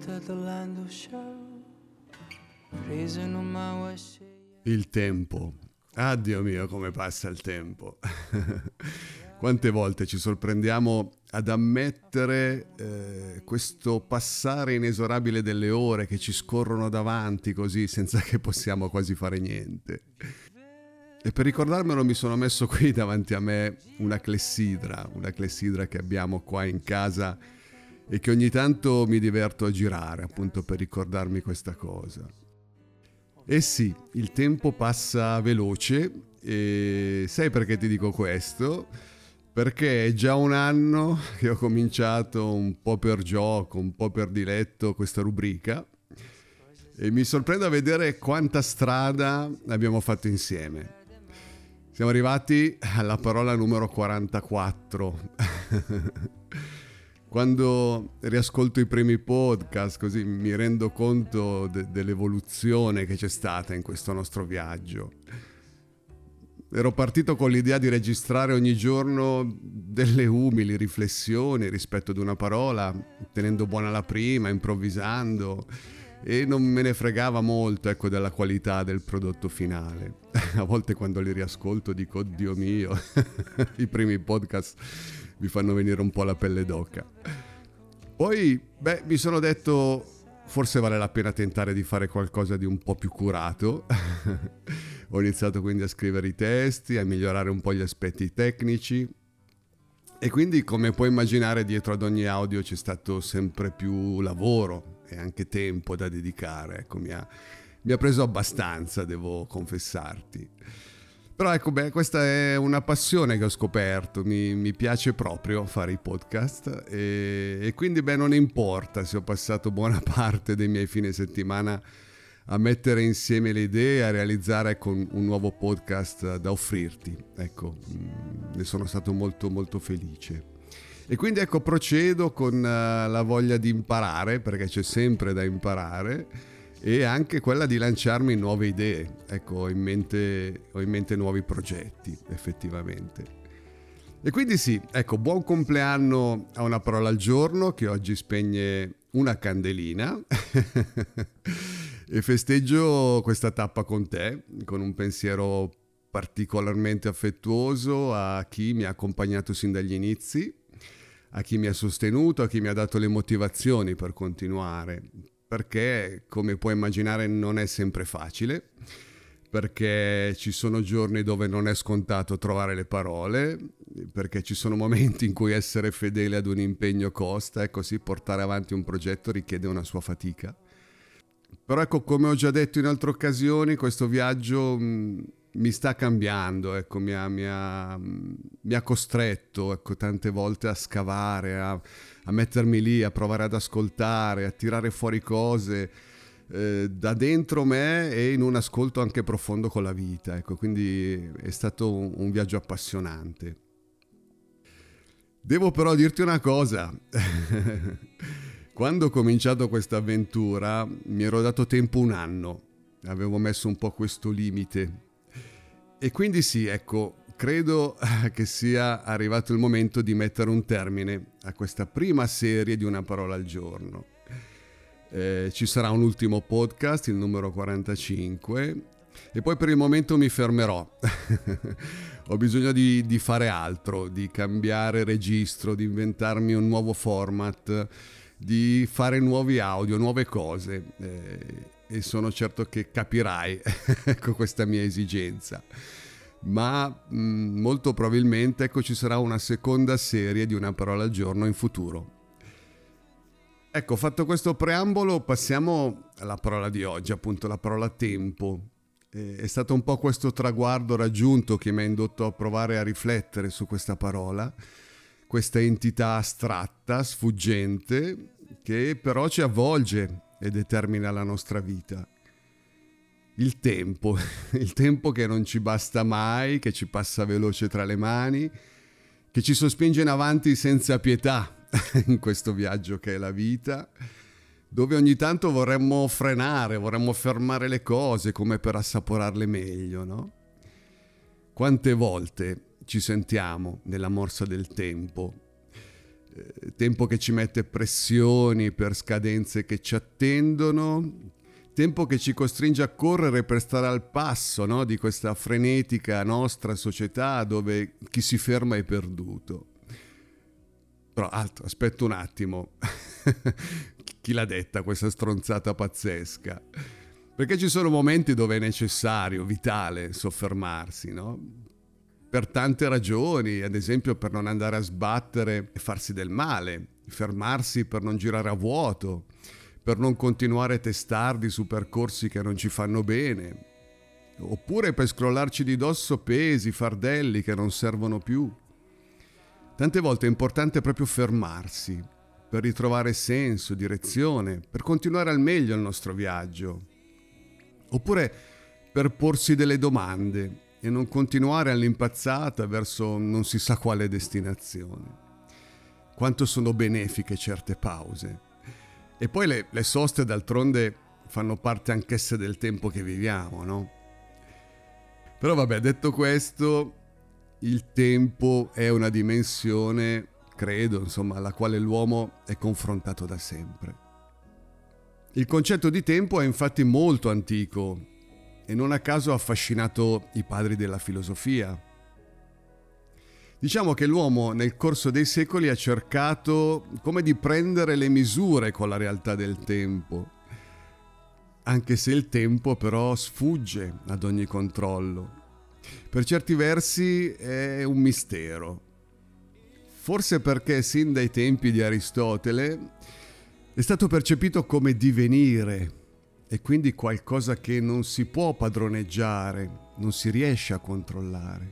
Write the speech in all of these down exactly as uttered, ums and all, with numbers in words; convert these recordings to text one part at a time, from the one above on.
Il tempo. Ah, Dio mio, come passa il tempo. Quante volte ci sorprendiamo ad ammettere eh, questo passare inesorabile delle ore che ci scorrono davanti così senza che possiamo quasi fare niente. E per ricordarmelo mi sono messo qui davanti a me una clessidra, una clessidra che abbiamo qua in casa e che ogni tanto mi diverto a girare appunto per ricordarmi questa cosa. E sì, il tempo passa veloce e sai perché ti dico questo? Perché è già un anno che ho cominciato un po' per gioco, un po' per diletto questa rubrica e mi sorprende a vedere quanta strada abbiamo fatto insieme. Siamo arrivati alla parola numero quarantaquattro. Quando riascolto i primi podcast così mi rendo conto de- dell'evoluzione che c'è stata in questo nostro viaggio. Ero partito con l'idea di registrare ogni giorno delle umili riflessioni rispetto ad una parola, tenendo buona la prima, improvvisando, e non me ne fregava molto, ecco, della qualità del prodotto finale. A volte quando li riascolto dico, oddio mio, i primi podcast mi fanno venire un po' la pelle d'oca. Poi, beh, mi sono detto, forse vale la pena tentare di fare qualcosa di un po' più curato. Ho iniziato quindi a scrivere i testi, a migliorare un po' gli aspetti tecnici e quindi, come puoi immaginare, dietro ad ogni audio c'è stato sempre più lavoro e anche tempo da dedicare. Ecco, mi ha, mi ha preso abbastanza, devo confessarti. Però ecco, beh, questa è una passione che ho scoperto, mi, mi piace proprio fare i podcast e, e quindi beh, non importa se ho passato buona parte dei miei fine settimana a mettere insieme le idee, a realizzare ecco, un nuovo podcast da offrirti. Ecco, ne sono stato molto molto felice. E quindi ecco, procedo con la voglia di imparare, perché c'è sempre da imparare, e anche quella di lanciarmi nuove idee. Ecco, ho in mente, ho in mente nuovi progetti, effettivamente. E quindi sì, ecco, buon compleanno a Una Parola al Giorno, che oggi spegne una candelina. E festeggio questa tappa con te, con un pensiero particolarmente affettuoso a chi mi ha accompagnato sin dagli inizi, a chi mi ha sostenuto, a chi mi ha dato le motivazioni per continuare, perché, come puoi immaginare, non è sempre facile, perché ci sono giorni dove non è scontato trovare le parole, perché ci sono momenti in cui essere fedele ad un impegno costa, e così portare avanti un progetto richiede una sua fatica. Però ecco, come ho già detto in altre occasioni, questo viaggio mh, mi sta cambiando, ecco, mi ha, mi ha, mi ha costretto ecco, tante volte a scavare, a, a mettermi lì, a provare ad ascoltare, a tirare fuori cose eh, da dentro me e in un ascolto anche profondo con la vita. Ecco, quindi è stato un, un viaggio appassionante. Devo però dirti una cosa. Quando ho cominciato questa avventura mi ero dato tempo un anno, avevo messo un po' questo limite e quindi sì, ecco, credo che sia arrivato il momento di mettere un termine a questa prima serie di Una Parola al Giorno. Eh, ci sarà un ultimo podcast, il numero quarantacinque, e poi per il momento mi fermerò. Ho bisogno di, di fare altro, di cambiare registro, di inventarmi un nuovo format, di fare nuovi audio, nuove cose eh, e sono certo che capirai ecco questa mia esigenza, ma mh, molto probabilmente ecco ci sarà una seconda serie di Una Parola al Giorno in futuro. Ecco, fatto questo preambolo, passiamo alla parola di oggi, appunto la parola tempo. Eh, è stato un po' questo traguardo raggiunto che mi ha indotto a provare a riflettere su questa parola, questa entità astratta, sfuggente, che però ci avvolge e determina la nostra vita. Il tempo, il tempo che non ci basta mai, che ci passa veloce tra le mani, che ci sospinge in avanti senza pietà in questo viaggio che è la vita, dove ogni tanto vorremmo frenare, vorremmo fermare le cose come per assaporarle meglio, no? Quante volte ci sentiamo nella morsa del tempo, eh, tempo che ci mette pressioni per scadenze che ci attendono, tempo che ci costringe a correre per stare al passo, no? Di questa frenetica nostra società dove chi si ferma è perduto. Però altro, aspetta un attimo, chi l'ha detta questa stronzata pazzesca? Perché ci sono momenti dove è necessario, vitale, soffermarsi, no? Per tante ragioni, ad esempio per non andare a sbattere e farsi del male, fermarsi per non girare a vuoto, per non continuare testardi su percorsi che non ci fanno bene, oppure per scrollarci di dosso pesi, fardelli che non servono più. Tante volte è importante proprio fermarsi, per ritrovare senso, direzione, per continuare al meglio il nostro viaggio. Oppure per porsi delle domande e non continuare all'impazzata verso non si sa quale destinazione. Quanto sono benefiche certe pause. E poi le, le soste d'altronde fanno parte anch'esse del tempo che viviamo, no? Però vabbè, detto questo, il tempo è una dimensione, credo, insomma, alla quale l'uomo è confrontato da sempre. Il concetto di tempo è infatti molto antico e non a caso ha affascinato i padri della filosofia. Diciamo che l'uomo nel corso dei secoli ha cercato come di prendere le misure con la realtà del tempo, anche se il tempo però sfugge ad ogni controllo. Per certi versi è un mistero. Forse perché sin dai tempi di Aristotele è stato percepito come divenire e quindi qualcosa che non si può padroneggiare, non si riesce a controllare.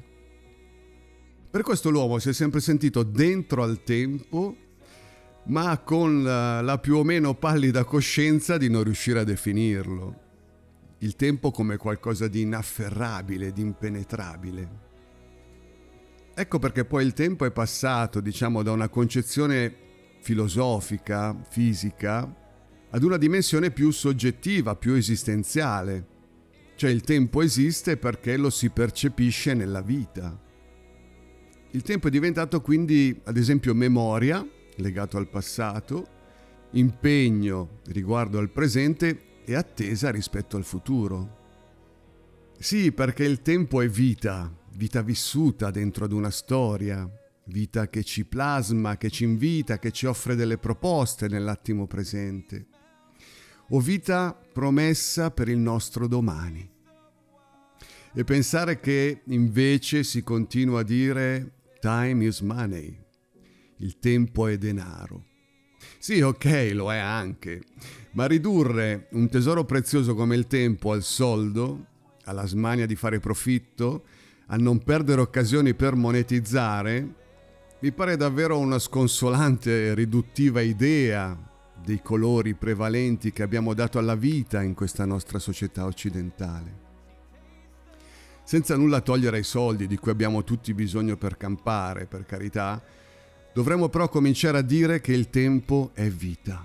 Per questo l'uomo si è sempre sentito dentro al tempo, ma con la, la più o meno pallida coscienza di non riuscire a definirlo. Il tempo come qualcosa di inafferrabile, di impenetrabile. Ecco perché poi il tempo è passato, diciamo, da una concezione filosofica, fisica, ad una dimensione più soggettiva, più esistenziale. Cioè il tempo esiste perché lo si percepisce nella vita. Il tempo è diventato quindi, ad esempio, memoria, legato al passato, impegno riguardo al presente e attesa rispetto al futuro. Sì, perché il tempo è vita, vita vissuta dentro ad una storia, vita che ci plasma, che ci invita, che ci offre delle proposte nell'attimo presente, o vita promessa per il nostro domani. E pensare che invece si continua a dire time is money, il tempo è denaro. Sì, ok, lo è anche, ma ridurre un tesoro prezioso come il tempo al soldo, alla smania di fare profitto, a non perdere occasioni per monetizzare, mi pare davvero una sconsolante e riduttiva idea dei colori prevalenti che abbiamo dato alla vita in questa nostra società occidentale. Senza nulla togliere ai soldi di cui abbiamo tutti bisogno per campare, per carità, dovremmo però cominciare a dire che il tempo è vita.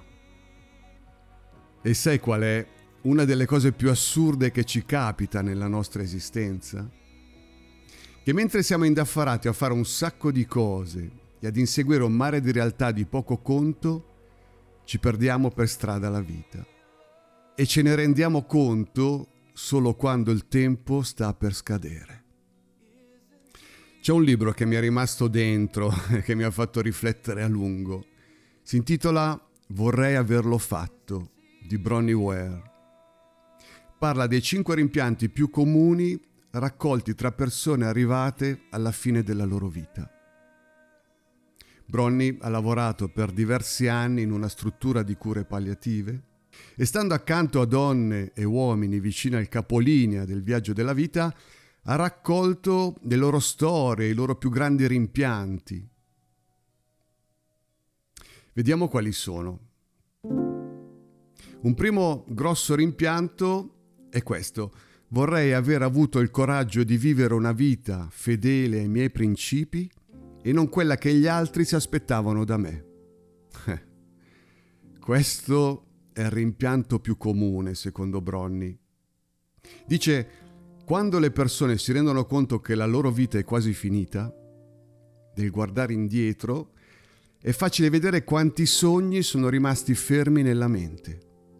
E sai qual è una delle cose più assurde che ci capita nella nostra esistenza? Che mentre siamo indaffarati a fare un sacco di cose e ad inseguire un mare di realtà di poco conto, ci perdiamo per strada la vita. E ce ne rendiamo conto solo quando il tempo sta per scadere. C'è un libro che mi è rimasto dentro e che mi ha fatto riflettere a lungo. Si intitola Vorrei averlo fatto, di Bronnie Ware. Parla dei cinque rimpianti più comuni raccolti tra persone arrivate alla fine della loro vita. Bronnie ha lavorato per diversi anni in una struttura di cure palliative e stando accanto a donne e uomini vicini al capolinea del viaggio della vita ha raccolto le loro storie, i loro più grandi rimpianti. Vediamo quali sono. Un primo grosso rimpianto è questo: vorrei aver avuto il coraggio di vivere una vita fedele ai miei principi e non quella che gli altri si aspettavano da me. Questo è il rimpianto più comune, secondo Bronnie. Dice: quando le persone si rendono conto che la loro vita è quasi finita, nel guardare indietro, è facile vedere quanti sogni sono rimasti fermi nella mente.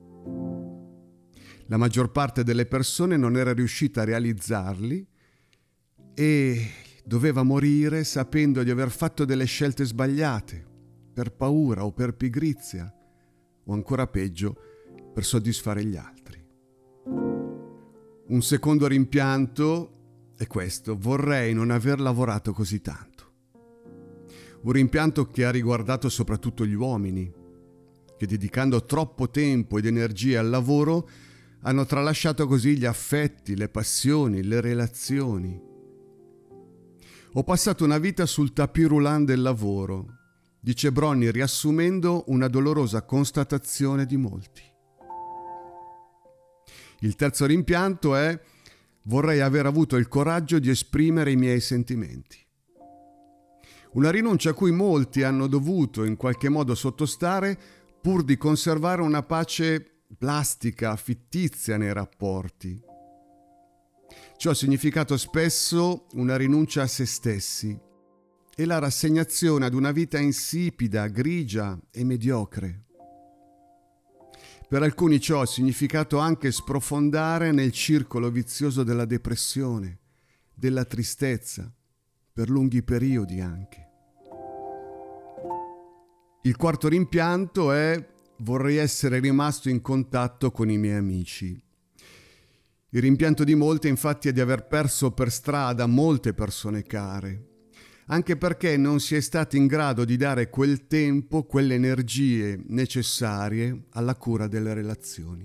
La maggior parte delle persone non era riuscita a realizzarli e doveva morire sapendo di aver fatto delle scelte sbagliate, per paura o per pigrizia, o ancora peggio, per soddisfare gli altri. Un secondo rimpianto è questo: vorrei non aver lavorato così tanto. Un rimpianto che ha riguardato soprattutto gli uomini, che dedicando troppo tempo ed energie al lavoro hanno tralasciato così gli affetti, le passioni, le relazioni. Ho passato una vita sul tapis roulant del lavoro, dice Bronny riassumendo una dolorosa constatazione di molti. Il terzo rimpianto è: vorrei aver avuto il coraggio di esprimere i miei sentimenti. Una rinuncia a cui molti hanno dovuto in qualche modo sottostare pur di conservare una pace plastica, fittizia nei rapporti. Ciò ha significato spesso una rinuncia a se stessi e la rassegnazione ad una vita insipida, grigia e mediocre. Per alcuni ciò ha significato anche sprofondare nel circolo vizioso della depressione, della tristezza, per lunghi periodi anche. Il quarto rimpianto è: vorrei essere rimasto in contatto con i miei amici. Il rimpianto di molti infatti è di aver perso per strada molte persone care, anche perché non si è stati in grado di dare quel tempo, quelle energie necessarie alla cura delle relazioni.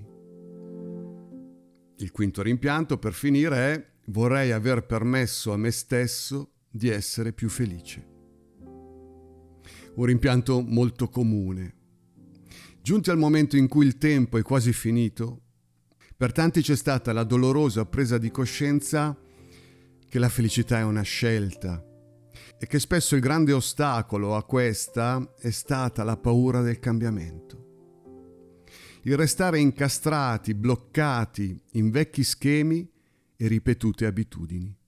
Il quinto rimpianto, per finire, è: vorrei aver permesso a me stesso di essere più felice. Un rimpianto molto comune. Giunti al momento in cui il tempo è quasi finito, per tanti c'è stata la dolorosa presa di coscienza che la felicità è una scelta e che spesso il grande ostacolo a questa è stata la paura del cambiamento. Il restare incastrati, bloccati in vecchi schemi e ripetute abitudini.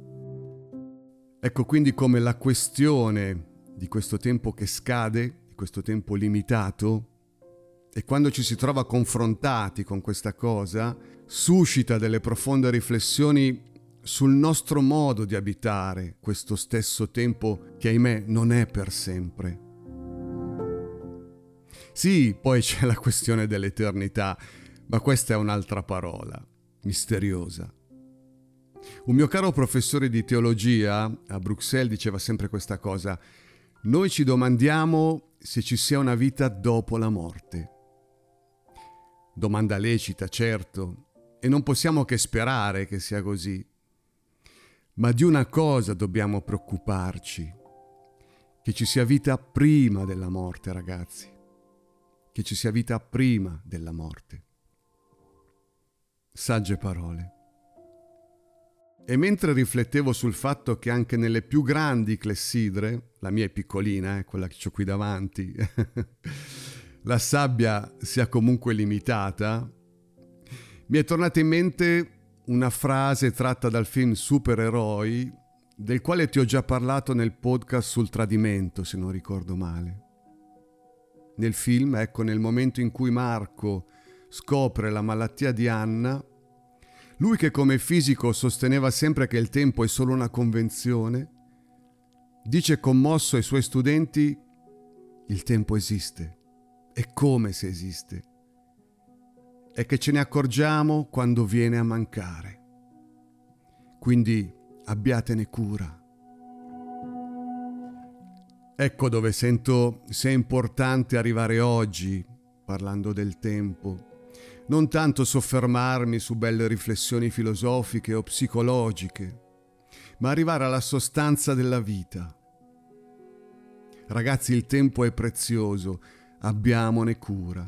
Ecco quindi come la questione di questo tempo che scade, di questo tempo limitato, e quando ci si trova confrontati con questa cosa, suscita delle profonde riflessioni sul nostro modo di abitare questo stesso tempo che, ahimè, non è per sempre. Sì, poi c'è la questione dell'eternità, ma questa è un'altra parola, misteriosa. Un mio caro professore di teologia a Bruxelles diceva sempre questa cosa: noi ci domandiamo se ci sia una vita dopo la morte. Domanda lecita, certo, e non possiamo che sperare che sia così. Ma di una cosa dobbiamo preoccuparci: che ci sia vita prima della morte, ragazzi. Che ci sia vita prima della morte. Sagge parole. E mentre riflettevo sul fatto che anche nelle più grandi clessidre, la mia è piccolina, eh, quella che ho qui davanti, la sabbia sia comunque limitata, mi è tornata in mente una frase tratta dal film Supereroi, del quale ti ho già parlato nel podcast sul tradimento, se non ricordo male. Nel film, ecco, nel momento in cui Marco scopre la malattia di Anna, lui che come fisico sosteneva sempre che il tempo è solo una convenzione, dice commosso ai suoi studenti: il tempo esiste, e come se esiste, è che ce ne accorgiamo quando viene a mancare. Quindi abbiatene cura. Ecco dove sento sia importante arrivare oggi, parlando del tempo. Non tanto soffermarmi su belle riflessioni filosofiche o psicologiche, ma arrivare alla sostanza della vita. Ragazzi, il tempo è prezioso, abbiamone cura.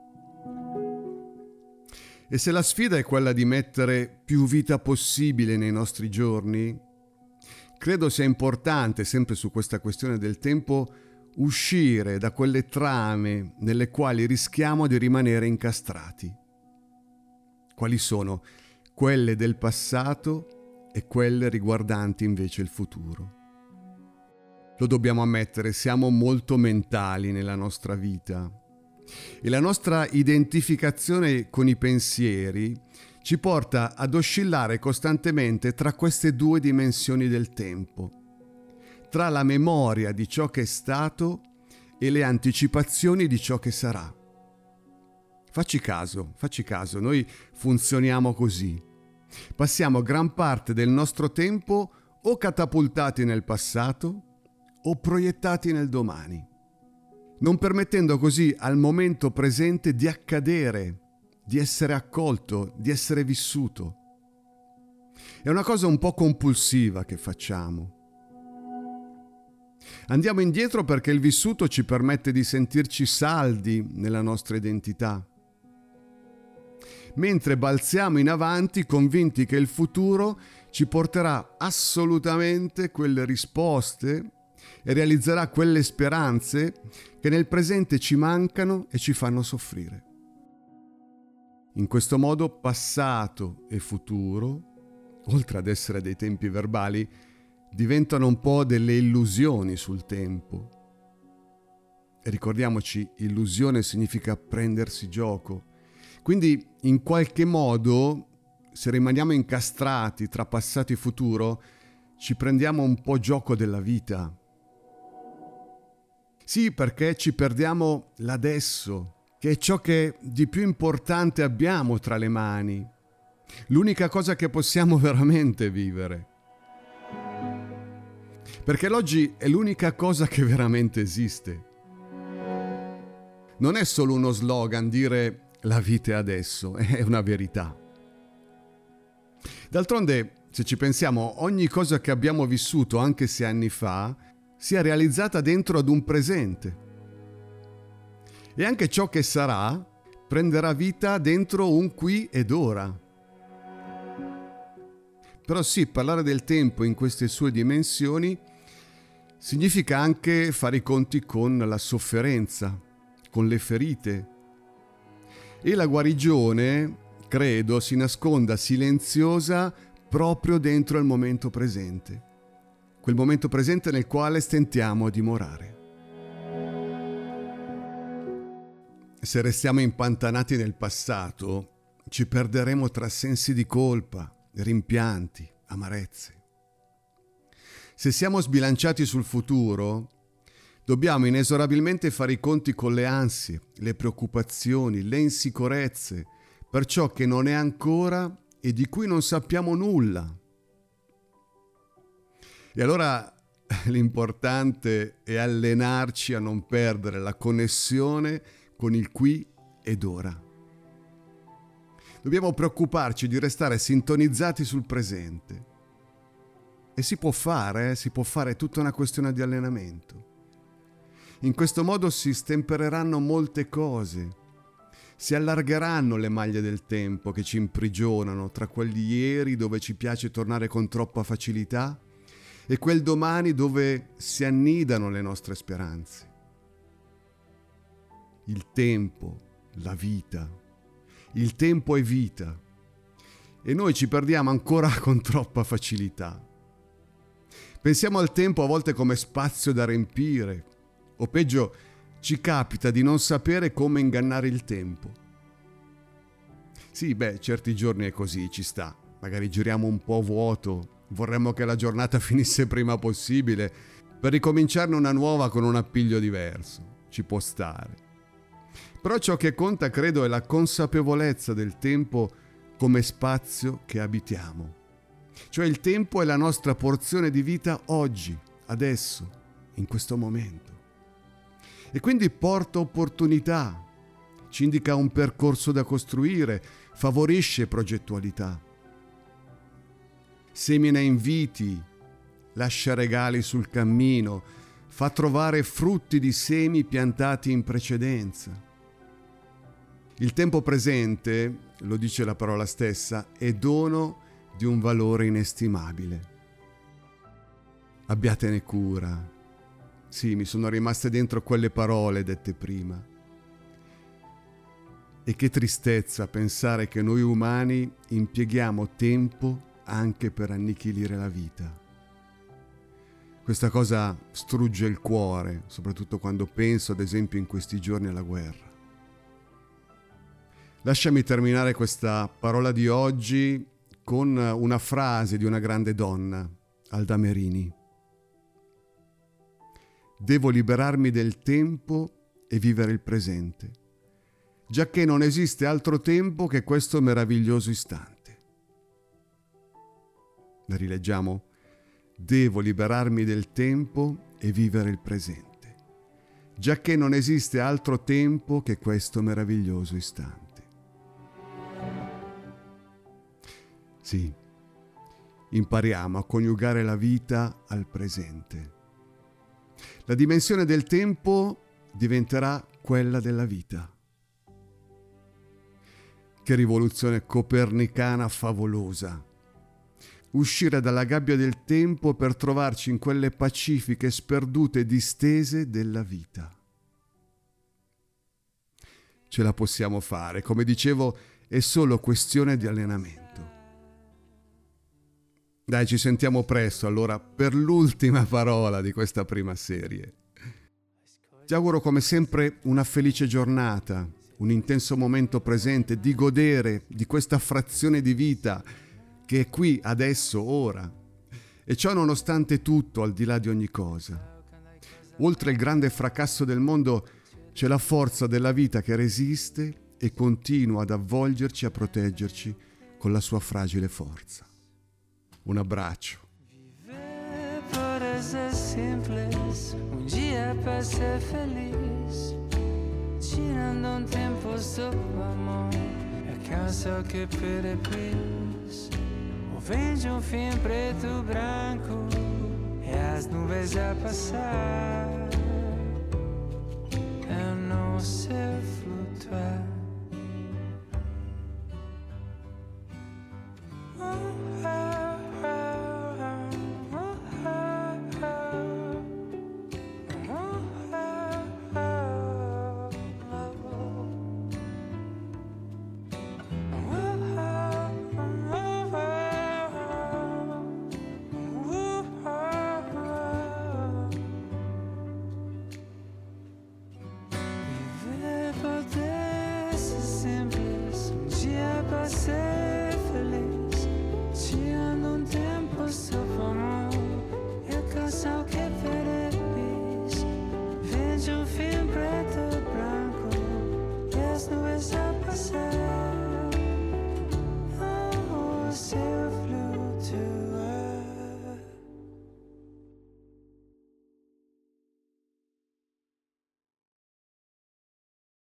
E se la sfida è quella di mettere più vita possibile nei nostri giorni, credo sia importante, sempre su questa questione del tempo, uscire da quelle trame nelle quali rischiamo di rimanere incastrati. Quali sono? Quelle del passato e quelle riguardanti invece il futuro. Lo dobbiamo ammettere, siamo molto mentali nella nostra vita e la nostra identificazione con i pensieri ci porta ad oscillare costantemente tra queste due dimensioni del tempo, tra la memoria di ciò che è stato e le anticipazioni di ciò che sarà. Facci caso, facci caso, noi funzioniamo così. Passiamo gran parte del nostro tempo o catapultati nel passato o proiettati nel domani, non permettendo così al momento presente di accadere, di essere accolto, di essere vissuto. È una cosa un po' compulsiva che facciamo. Andiamo indietro perché il vissuto ci permette di sentirci saldi nella nostra identità, mentre balziamo in avanti convinti che il futuro ci porterà assolutamente quelle risposte e realizzerà quelle speranze che nel presente ci mancano e ci fanno soffrire. In questo modo passato e futuro, oltre ad essere dei tempi verbali, diventano un po' delle illusioni sul tempo. E ricordiamoci, illusione significa prendersi gioco. Quindi, in qualche modo, se rimaniamo incastrati tra passato e futuro, ci prendiamo un po' gioco della vita. Sì, perché ci perdiamo l'adesso, che è ciò che di più importante abbiamo tra le mani, l'unica cosa che possiamo veramente vivere. Perché l'oggi è l'unica cosa che veramente esiste. Non è solo uno slogan dire la vita è adesso, è una verità. D'altronde, se ci pensiamo, ogni cosa che abbiamo vissuto anche sei anni fa sia realizzata dentro ad un presente. E anche ciò che sarà prenderà vita dentro un qui ed ora. Però sì, parlare del tempo in queste sue dimensioni significa anche fare i conti con la sofferenza, con le ferite. E la guarigione, credo, si nasconda silenziosa proprio dentro il momento presente. Quel momento presente nel quale stentiamo a dimorare. Se restiamo impantanati nel passato, ci perderemo tra sensi di colpa, rimpianti, amarezze. Se siamo sbilanciati sul futuro, dobbiamo inesorabilmente fare i conti con le ansie, le preoccupazioni, le insicurezze, per ciò che non è ancora e di cui non sappiamo nulla. E allora l'importante è allenarci a non perdere la connessione con il qui ed ora. Dobbiamo preoccuparci di restare sintonizzati sul presente. E si può fare, eh? si può fare, è tutta una questione di allenamento. In questo modo si stempereranno molte cose, si allargeranno le maglie del tempo che ci imprigionano tra quegli ieri dove ci piace tornare con troppa facilità e quel domani dove si annidano le nostre speranze. Il tempo, la vita, il tempo è vita e noi ci perdiamo ancora con troppa facilità. Pensiamo al tempo a volte come spazio da riempire, o peggio, ci capita di non sapere come ingannare il tempo. Sì, beh, certi giorni è così, ci sta. Magari giriamo un po' vuoto, vorremmo che la giornata finisse prima possibile, per ricominciarne una nuova con un appiglio diverso. Ci può stare. Però ciò che conta, credo, è la consapevolezza del tempo come spazio che abitiamo. Cioè il tempo è la nostra porzione di vita oggi, adesso, in questo momento. E quindi porta opportunità, ci indica un percorso da costruire, favorisce progettualità. Semina inviti, lascia regali sul cammino, fa trovare frutti di semi piantati in precedenza. Il tempo presente, lo dice la parola stessa, è dono di un valore inestimabile. Abbiatene cura. Sì, mi sono rimaste dentro quelle parole dette prima. E che tristezza pensare che noi umani impieghiamo tempo anche per annichilire la vita. Questa cosa strugge il cuore, soprattutto quando penso, ad esempio, in questi giorni alla guerra. Lasciami terminare questa parola di oggi con una frase di una grande donna, Alda Merini. Devo liberarmi del tempo e vivere il presente, giacché non esiste altro tempo che questo meraviglioso istante. La rileggiamo? Devo liberarmi del tempo e vivere il presente, giacché non esiste altro tempo che questo meraviglioso istante. Sì, impariamo a coniugare la vita al presente. La dimensione del tempo diventerà quella della vita. Che rivoluzione copernicana favolosa! Uscire dalla gabbia del tempo per trovarci in quelle pacifiche, sperdute distese della vita. Ce la possiamo fare, come dicevo, è solo questione di allenamento. Dai, ci sentiamo presto allora per l'ultima parola di questa prima serie. Ti auguro come sempre una felice giornata, un intenso momento presente, di godere di questa frazione di vita che è qui, adesso, ora. E ciò nonostante tutto, al di là di ogni cosa. Oltre il grande fracasso del mondo c'è la forza della vita che resiste e continua ad avvolgerci, a proteggerci con la sua fragile forza. Un abbraccio. Viver para ser simples, um dia para ser feliz, tirando um tempo sob a mão, é cansa que peregrins, ou vende um fim preto branco, e as nuvens a passar, eu não sei flutuar.